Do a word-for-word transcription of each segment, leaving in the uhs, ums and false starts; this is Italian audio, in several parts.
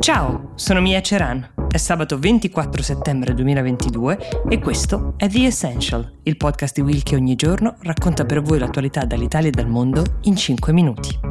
Ciao, sono Mia Ceran. È sabato ventiquattro settembre duemilaventidue e questo è The Essential, il podcast di Will che ogni giorno racconta per voi l'attualità dall'Italia e dal mondo in cinque minuti.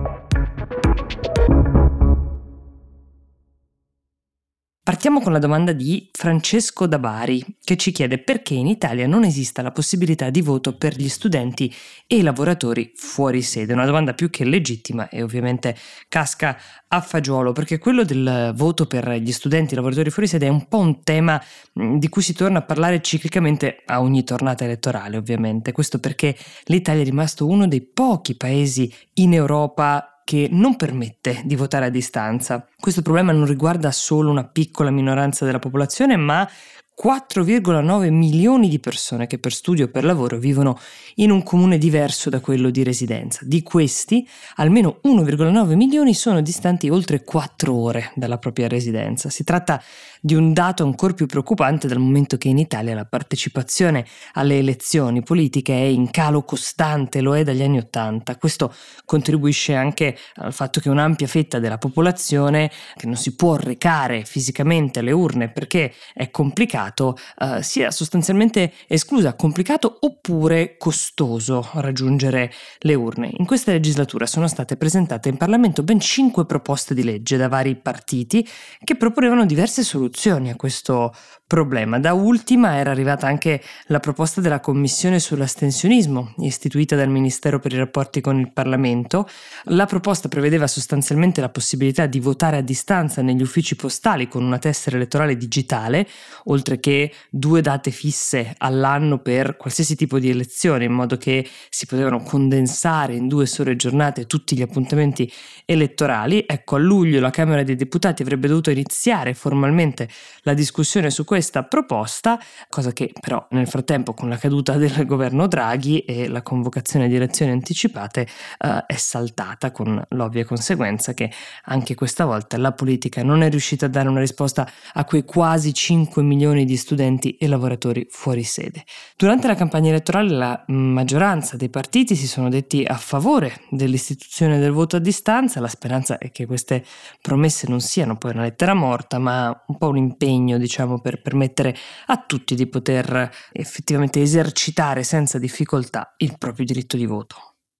Partiamo con la domanda di Francesco da Bari, che ci chiede perché in Italia non esista la possibilità di voto per gli studenti e i lavoratori fuori sede. Una domanda più che legittima e ovviamente casca a fagiolo, perché quello del voto per gli studenti e i lavoratori fuori sede è un po' un tema di cui si torna a parlare ciclicamente a ogni tornata elettorale, ovviamente. Questo perché l'Italia è rimasto uno dei pochi paesi in Europa che non permette di votare a distanza. Questo problema non riguarda solo una piccola minoranza della popolazione, ma quattro virgola nove milioni di persone che per studio o per lavoro vivono in un comune diverso da quello di residenza. Di questi, almeno uno virgola nove milioni sono distanti oltre quattro ore dalla propria residenza. Si tratta di un dato ancora più preoccupante dal momento che in Italia la partecipazione alle elezioni politiche è in calo costante, lo è dagli anni Ottanta. Questo contribuisce anche al fatto che un'ampia fetta della popolazione che non si può recare fisicamente alle urne perché è complicato Uh, sia sostanzialmente esclusa, complicato oppure costoso raggiungere le urne. In questa legislatura sono state presentate in Parlamento ben cinque proposte di legge da vari partiti che proponevano diverse soluzioni a questo problema. Da ultima era arrivata anche la proposta della Commissione sull'astensionismo, istituita dal Ministero per i rapporti con il Parlamento. La proposta prevedeva sostanzialmente la possibilità di votare a distanza negli uffici postali con una tessera elettorale digitale, oltre che due date fisse all'anno per qualsiasi tipo di elezione, in modo che si potevano condensare in due sole giornate tutti gli appuntamenti elettorali. Ecco, a luglio la Camera dei Deputati avrebbe dovuto iniziare formalmente la discussione su questa proposta, cosa che però nel frattempo, con la caduta del governo Draghi e la convocazione di elezioni anticipate, eh, è saltata, con l'ovvia conseguenza che anche questa volta la politica non è riuscita a dare una risposta a quei quasi cinque milioni di studenti e lavoratori fuori sede. Durante la campagna elettorale la maggioranza dei partiti si sono detti a favore dell'istituzione del voto a distanza. La speranza è che queste promesse non siano poi una lettera morta, ma un po' un impegno, diciamo, per permettere a tutti di poter effettivamente esercitare senza difficoltà il proprio diritto di voto.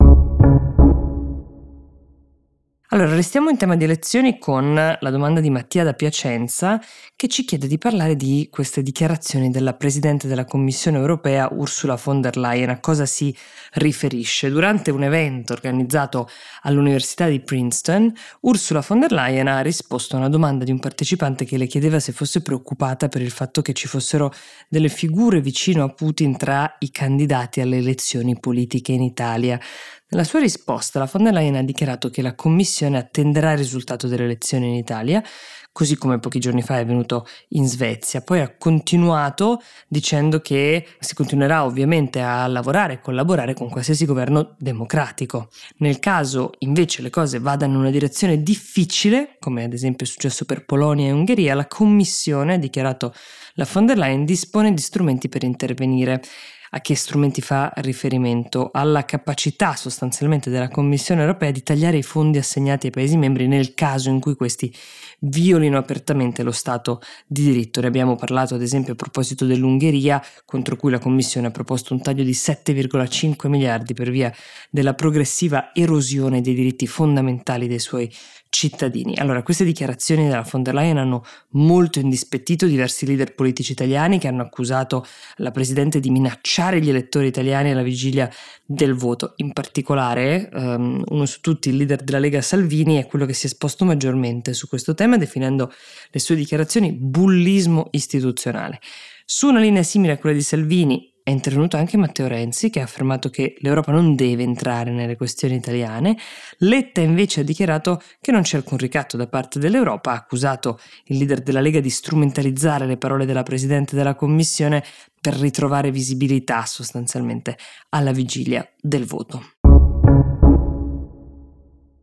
Allora, restiamo in tema di elezioni con la domanda di Mattia da Piacenza, che ci chiede di parlare di queste dichiarazioni della Presidente della Commissione europea Ursula von der Leyen. A cosa si riferisce? Durante un evento organizzato all'Università di Princeton, Ursula von der Leyen ha risposto a una domanda di un partecipante che le chiedeva se fosse preoccupata per il fatto che ci fossero delle figure vicino a Putin tra i candidati alle elezioni politiche in Italia. Nella sua risposta, la von der Leyen ha dichiarato che la Commissione attenderà il risultato delle elezioni in Italia, così come pochi giorni fa è avvenuto in Svezia. Poi ha continuato dicendo che si continuerà ovviamente a lavorare e collaborare con qualsiasi governo democratico. Nel caso invece le cose vadano in una direzione difficile, come ad esempio è successo per Polonia e Ungheria, la Commissione, ha dichiarato la von der Leyen, dispone di strumenti per intervenire. A che strumenti fa riferimento? Alla capacità sostanzialmente della Commissione europea di tagliare i fondi assegnati ai Paesi membri nel caso in cui questi violino apertamente lo Stato di diritto. Ne abbiamo parlato ad esempio a proposito dell'Ungheria, contro cui la Commissione ha proposto un taglio di sette virgola cinque miliardi per via della progressiva erosione dei diritti fondamentali dei suoi cittadini. Allora, queste dichiarazioni della von der Leyen hanno molto indispettito diversi leader politici italiani, che hanno accusato la Presidente di minacciare gli elettori italiani alla vigilia del voto. In particolare, um, uno su tutti, il leader della Lega Salvini, è quello che si è esposto maggiormente su questo tema, definendo le sue dichiarazioni bullismo istituzionale. Su una linea simile a quella di Salvini è intervenuto anche Matteo Renzi, che ha affermato che l'Europa non deve entrare nelle questioni italiane. Letta invece ha dichiarato che non c'è alcun ricatto da parte dell'Europa, ha accusato il leader della Lega di strumentalizzare le parole della Presidente della Commissione per ritrovare visibilità sostanzialmente alla vigilia del voto.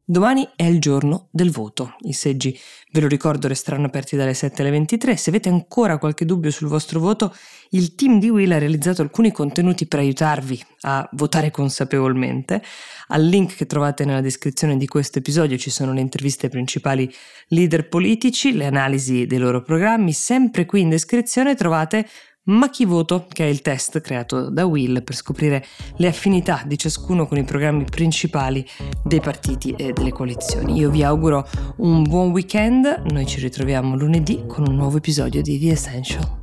Domani è il giorno del voto. I seggi, ve lo ricordo, resteranno aperti dalle sette alle ventitré. Se avete ancora qualche dubbio sul vostro voto, il team di Will ha realizzato alcuni contenuti per aiutarvi a votare consapevolmente. Al link che trovate nella descrizione di questo episodio ci sono le interviste ai principali leader politici, le analisi dei loro programmi. Sempre qui in descrizione trovate Ma chi voto, che è il test creato da Will per scoprire le affinità di ciascuno con i programmi principali dei partiti e delle coalizioni. Io vi auguro un buon weekend, noi ci ritroviamo lunedì con un nuovo episodio di The Essential.